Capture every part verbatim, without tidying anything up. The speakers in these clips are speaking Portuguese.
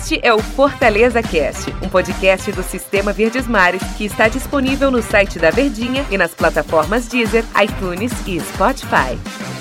Este é o Fortaleza Cast, um podcast do Sistema Verdes Mares que está disponível no site da Verdinha e nas plataformas Deezer, iTunes e Spotify.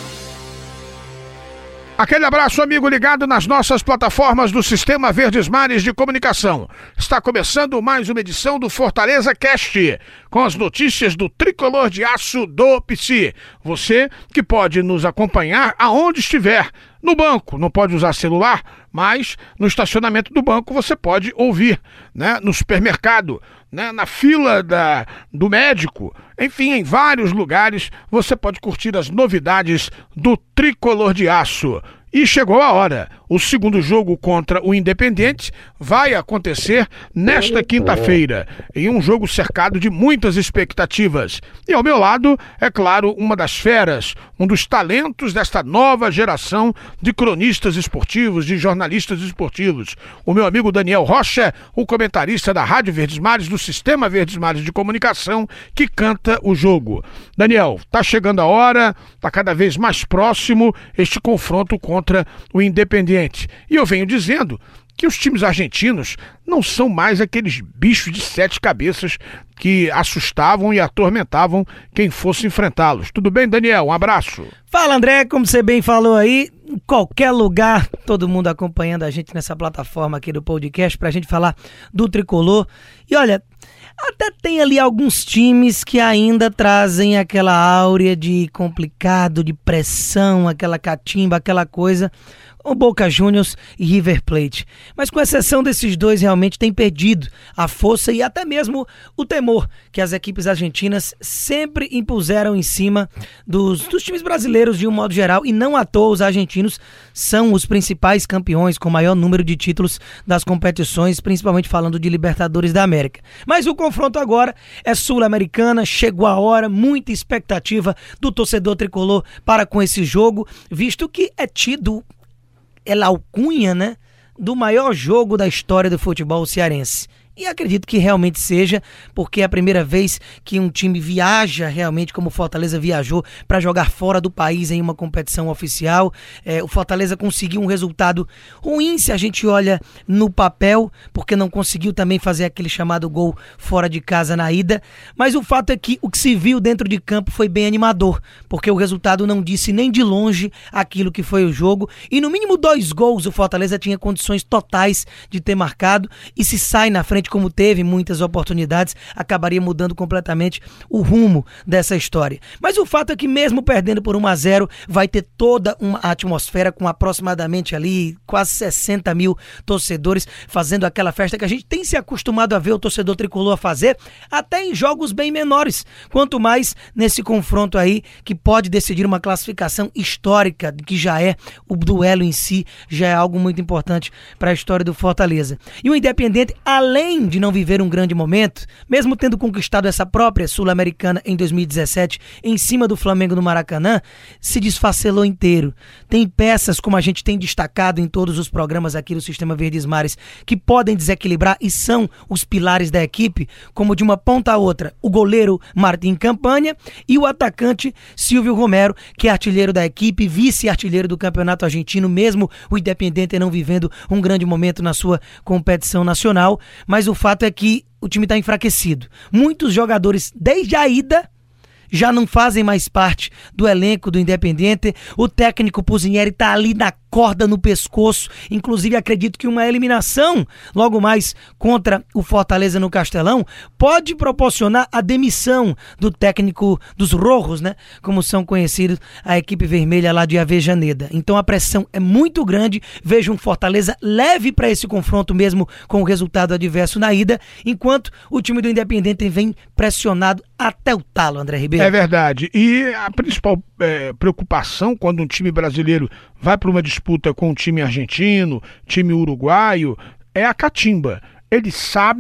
Aquele abraço, amigo ligado nas nossas plataformas do Sistema Verdes Mares de Comunicação. Está começando mais uma edição do Fortaleza Cast, com as notícias do Tricolor de Aço do P C. Você que pode nos acompanhar aonde estiver. No banco, não pode usar celular, mas no estacionamento do banco você pode ouvir, né? No supermercado, né? Na fila da, do médico, enfim, em vários lugares você pode curtir as novidades do Tricolor de Aço. E chegou a hora. O segundo jogo contra o Independente vai acontecer nesta quinta-feira, em um jogo cercado de muitas expectativas. E ao meu lado, é claro, uma das feras, um dos talentos desta nova geração de cronistas esportivos, de jornalistas esportivos. O meu amigo Daniel Rocha, o comentarista da Rádio Verdes Mares, do Sistema Verdes Mares de Comunicação, que canta o jogo. Daniel, tá chegando a hora, tá cada vez mais próximo este confronto contra o Independente. E eu venho dizendo que os times argentinos não são mais aqueles bichos de sete cabeças que assustavam e atormentavam quem fosse enfrentá-los. Tudo bem, Daniel? Um abraço. Fala, André, como você bem falou aí, em qualquer lugar, todo mundo acompanhando a gente nessa plataforma aqui do podcast pra gente falar do Tricolor. E olha, até tem ali alguns times que ainda trazem aquela áurea de complicado, de pressão, aquela catimba, aquela coisa, o Boca Juniors e River Plate. Mas com exceção desses dois, realmente tem perdido a força e até mesmo o temor que as equipes argentinas sempre impuseram em cima dos, dos times brasileiros de um modo geral, e não à toa os argentinos são os principais campeões com maior número de títulos das competições, principalmente falando de Libertadores da América. Mas o confronto agora é sul-americana, chegou a hora, muita expectativa do torcedor tricolor para com esse jogo, visto que é tido ela alcunha, né, do maior jogo da história do futebol cearense. E acredito que realmente seja, porque é a primeira vez que um time viaja realmente como o Fortaleza viajou para jogar fora do país em uma competição oficial. É, o Fortaleza conseguiu um resultado ruim se a gente olha no papel, porque não conseguiu também fazer aquele chamado gol fora de casa na ida. Mas o fato é que o que se viu dentro de campo foi bem animador, porque o resultado não disse nem de longe aquilo que foi o jogo. E no mínimo dois gols o Fortaleza tinha condições totais de ter marcado, e se sai na frente como teve muitas oportunidades, acabaria mudando completamente o rumo dessa história. Mas o fato é que mesmo perdendo por um a zero, vai ter toda uma atmosfera com aproximadamente ali quase sessenta mil torcedores fazendo aquela festa que a gente tem se acostumado a ver o torcedor tricolor a fazer, até em jogos bem menores, quanto mais nesse confronto aí que pode decidir uma classificação histórica, que já é o duelo em si, já é algo muito importante para a história do Fortaleza. E o Independente, além de não viver um grande momento, mesmo tendo conquistado essa própria Sul-Americana em dois mil e dezessete, em cima do Flamengo no Maracanã, se desfacelou inteiro. Tem peças, como a gente tem destacado em todos os programas aqui do Sistema Verdes Mares, que podem desequilibrar e são os pilares da equipe, como de uma ponta a outra, o goleiro Martim Campanha e o atacante Silvio Romero, que é artilheiro da equipe, vice-artilheiro do Campeonato Argentino, mesmo o Independente não vivendo um grande momento na sua competição nacional. Mas o fato é que o time está enfraquecido. Muitos jogadores, desde a ida, já não fazem mais parte do elenco do Independente. O técnico Pusineri está ali na corda no pescoço. Inclusive, acredito que uma eliminação logo mais contra o Fortaleza no Castelão pode proporcionar a demissão do técnico dos Rojos, né? Como são conhecidos, a equipe vermelha lá de Avejaneda. Então a pressão é muito grande. Vejo um Fortaleza leve para esse confronto mesmo com o resultado adverso na ida, enquanto o time do Independente vem pressionado até o talo, André Ribeiro. É verdade. E a principal é, preocupação quando um time brasileiro vai para uma disputa com um time argentino, time uruguaio, é a catimba. Eles sabem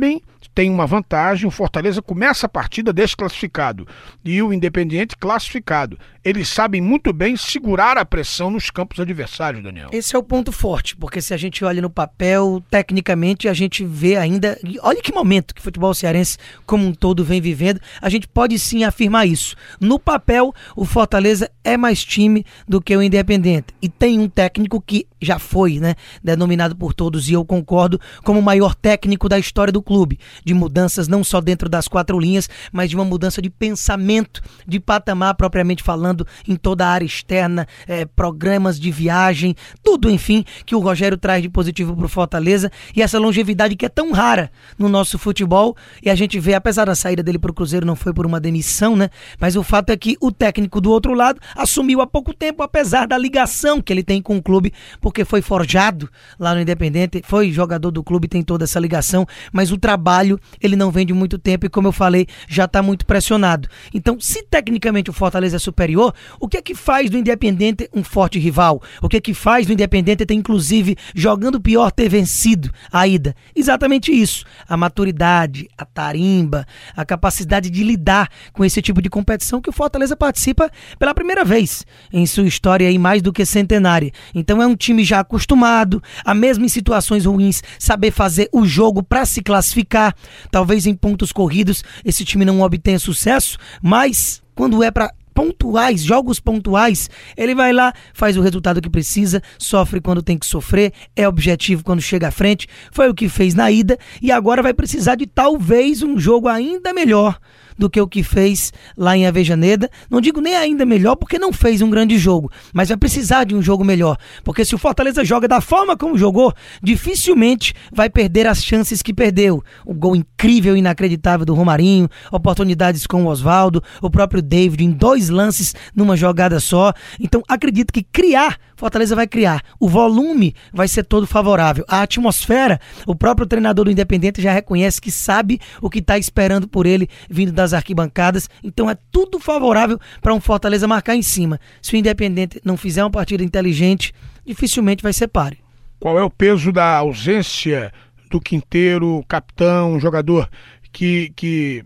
tem uma vantagem, o Fortaleza começa a partida desclassificado e o Independiente classificado. Eles sabem muito bem segurar a pressão nos campos adversários, Daniel. Esse é o ponto forte, porque se a gente olha no papel, tecnicamente a gente vê ainda, olha que momento que o futebol cearense como um todo vem vivendo, a gente pode sim afirmar isso. No papel, o Fortaleza é mais time do que o Independiente e tem um técnico que já foi, né, denominado por todos, e eu concordo, como o maior técnico da história do clube, de mudanças não só dentro das quatro linhas, mas de uma mudança de pensamento, de patamar propriamente falando, em toda a área externa, eh, programas de viagem, tudo, enfim, que o Rogério traz de positivo pro Fortaleza, e essa longevidade que é tão rara no nosso futebol, e a gente vê, apesar da saída dele pro Cruzeiro não foi por uma demissão, né, mas o fato é que o técnico do outro lado assumiu há pouco tempo, apesar da ligação que ele tem com o clube, porque foi forjado lá no Independente, foi jogador do clube, tem toda essa ligação, mas o trabalho ele não vem de muito tempo e, como eu falei, já está muito pressionado. Então, se tecnicamente o Fortaleza é superior, o que é que faz do Independente um forte rival? O que é que faz do Independente ter, inclusive, jogando pior, ter vencido a ida? Exatamente isso. A maturidade, a tarimba, a capacidade de lidar com esse tipo de competição que o Fortaleza participa pela primeira vez em sua história aí mais do que centenária. Então é um time já acostumado a, mesmo em situações ruins, saber fazer o jogo para se classificar. Talvez em pontos corridos esse time não obtenha sucesso, mas quando é para pontuais, jogos pontuais, ele vai lá, faz o resultado que precisa, sofre quando tem que sofrer, é objetivo quando chega à frente, foi o que fez na ida e agora vai precisar de talvez um jogo ainda melhor do que o que fez lá em Avejaneda. Não digo nem ainda melhor porque não fez um grande jogo, mas vai precisar de um jogo melhor, porque se o Fortaleza joga da forma como jogou, dificilmente vai perder as chances que perdeu. O gol incrível e inacreditável do Romarinho, oportunidades com o Osvaldo, o próprio David em dois lances numa jogada só. Então acredito que criar, Fortaleza vai criar, o volume vai ser todo favorável, a atmosfera, o próprio treinador do Independente já reconhece que sabe o que está esperando por ele vindo das arquibancadas, então é tudo favorável para um Fortaleza marcar em cima. Se o Independente não fizer uma partida inteligente, dificilmente vai ser páreo. Qual é o peso da ausência do Quinteiro, capitão, jogador que, que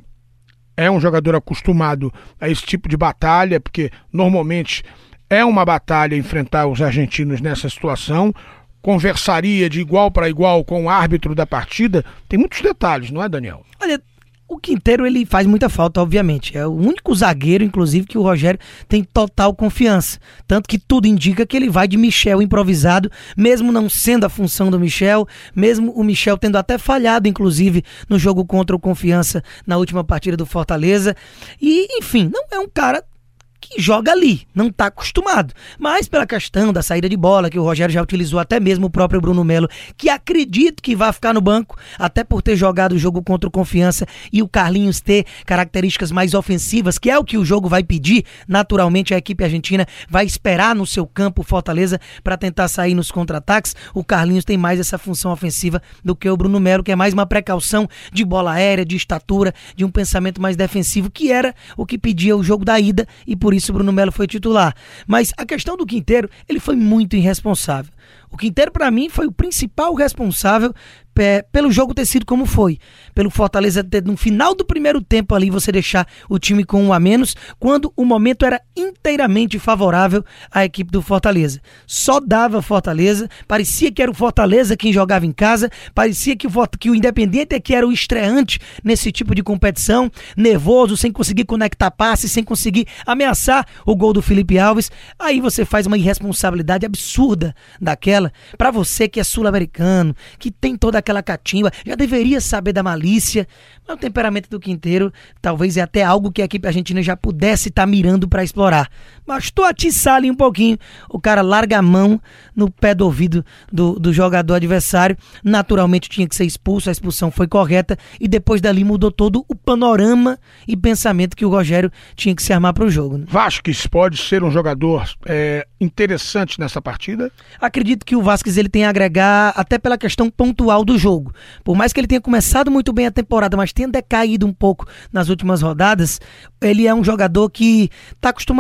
é um jogador acostumado a esse tipo de batalha, porque normalmente é uma batalha enfrentar os argentinos nessa situação, conversaria de igual para igual com o árbitro da partida, tem muitos detalhes, não é, Daniel? Olha, o Quinteiro ele faz muita falta, obviamente. É o único zagueiro, inclusive, que o Rogério tem total confiança. Tanto que tudo indica que ele vai de Michel improvisado, mesmo não sendo a função do Michel, mesmo o Michel tendo até falhado, inclusive, no jogo contra o Confiança na última partida do Fortaleza. E, enfim, não é um cara que joga ali, não está acostumado, mas pela questão da saída de bola, que o Rogério já utilizou, até mesmo o próprio Bruno Melo, que acredito que vai ficar no banco, até por ter jogado o jogo contra o Confiança e o Carlinhos ter características mais ofensivas, que é o que o jogo vai pedir. Naturalmente a equipe argentina vai esperar no seu campo o Fortaleza para tentar sair nos contra-ataques. O Carlinhos tem mais essa função ofensiva do que o Bruno Melo, que é mais uma precaução de bola aérea, de estatura, de um pensamento mais defensivo, que era o que pedia o jogo da ida, e por isso o Bruno Melo foi titular. Mas a questão do Quinteiro, ele foi muito irresponsável. O Quinteiro, para mim, foi o principal responsável é, pelo jogo ter sido como foi. Pelo Fortaleza ter, no final do primeiro tempo ali, você deixar o time com um a menos, quando o momento era inteiramente favorável à equipe do Fortaleza. Só dava Fortaleza, parecia que era o Fortaleza quem jogava em casa, parecia que o, que o Independente é que era o estreante nesse tipo de competição, nervoso, sem conseguir conectar passes, sem conseguir ameaçar o gol do Felipe Alves. Aí você faz uma irresponsabilidade absurda daquela, pra você que é sul-americano, que tem toda aquela catimba, já deveria saber da malícia, mas o temperamento do Quinteiro talvez é até algo que a equipe argentina já pudesse estar tá mirando para explorar. Bastou atiçar ali um pouquinho, o cara larga a mão no pé do ouvido do, do jogador adversário, naturalmente tinha que ser expulso, a expulsão foi correta, e depois dali mudou todo o panorama e pensamento que o Rogério tinha que se armar para o jogo, né? Vasquez pode ser um jogador é, interessante nessa partida? Acredito que o Vasquez ele tem a agregar até pela questão pontual do jogo. Por mais que ele tenha começado muito bem a temporada, mas tenha decaído um pouco nas últimas rodadas, ele é um jogador que está acostumado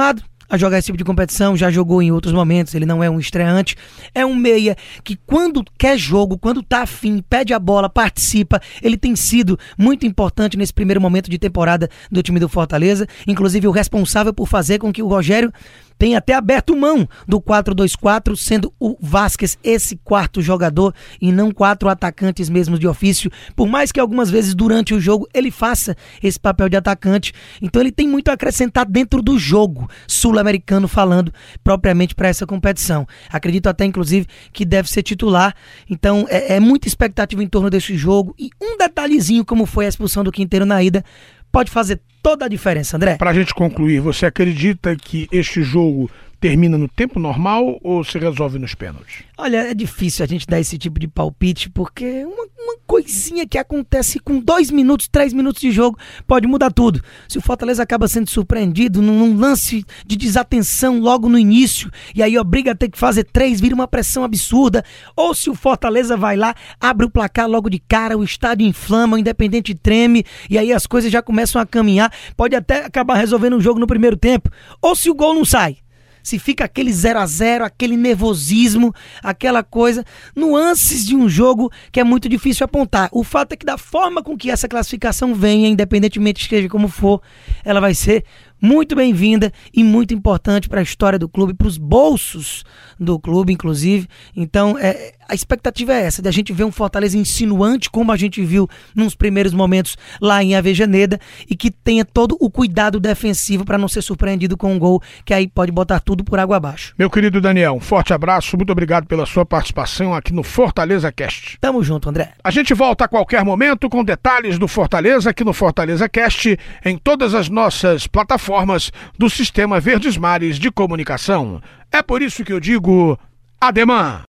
a jogar esse tipo de competição, já jogou em outros momentos, ele não é um estreante, é um meia que quando quer jogo, quando tá afim, pede a bola, participa, ele tem sido muito importante nesse primeiro momento de temporada do time do Fortaleza, inclusive o responsável por fazer com que o Rogério tem até aberto mão do quatro dois quatro, sendo o Vasquez esse quarto jogador e não quatro atacantes mesmo de ofício, por mais que algumas vezes durante o jogo ele faça esse papel de atacante. Então ele tem muito a acrescentar dentro do jogo sul-americano, falando propriamente para essa competição. Acredito até inclusive que deve ser titular, então é, é muita expectativa em torno desse jogo, e um detalhezinho como foi a expulsão do Quinteiro na ida pode fazer toda a diferença, André. Pra gente concluir, você acredita que este jogo termina no tempo normal ou se resolve nos pênaltis? Olha, é difícil a gente dar esse tipo de palpite, porque uma, uma coisinha que acontece com dois minutos, três minutos de jogo pode mudar tudo. Se o Fortaleza acaba sendo surpreendido num, num lance de desatenção logo no início, e aí obriga a ter que fazer três, vira uma pressão absurda, ou se o Fortaleza vai lá, abre o placar logo de cara, o estádio inflama, o Independente treme, e aí as coisas já começam a caminhar, pode até acabar resolvendo o jogo no primeiro tempo, ou se o gol não sai. Se fica aquele zero a zero, aquele nervosismo, aquela coisa, nuances de um jogo que é muito difícil apontar. O fato é que da forma com que essa classificação venha, independentemente de como for, ela vai ser muito bem-vinda e muito importante para a história do clube, para os bolsos do clube, inclusive. Então, é, a expectativa é essa, de a gente ver um Fortaleza insinuante, como a gente viu nos primeiros momentos lá em Avejaneda, e que tenha todo o cuidado defensivo para não ser surpreendido com um gol que aí pode botar tudo por água abaixo. Meu querido Daniel, um forte abraço, muito obrigado pela sua participação aqui no Fortaleza Cast. Tamo junto, André. A gente volta a qualquer momento com detalhes do Fortaleza aqui no Fortaleza Cast, em todas as nossas plataformas do Sistema Verdes Mares de Comunicação. É por isso que eu digo ademã.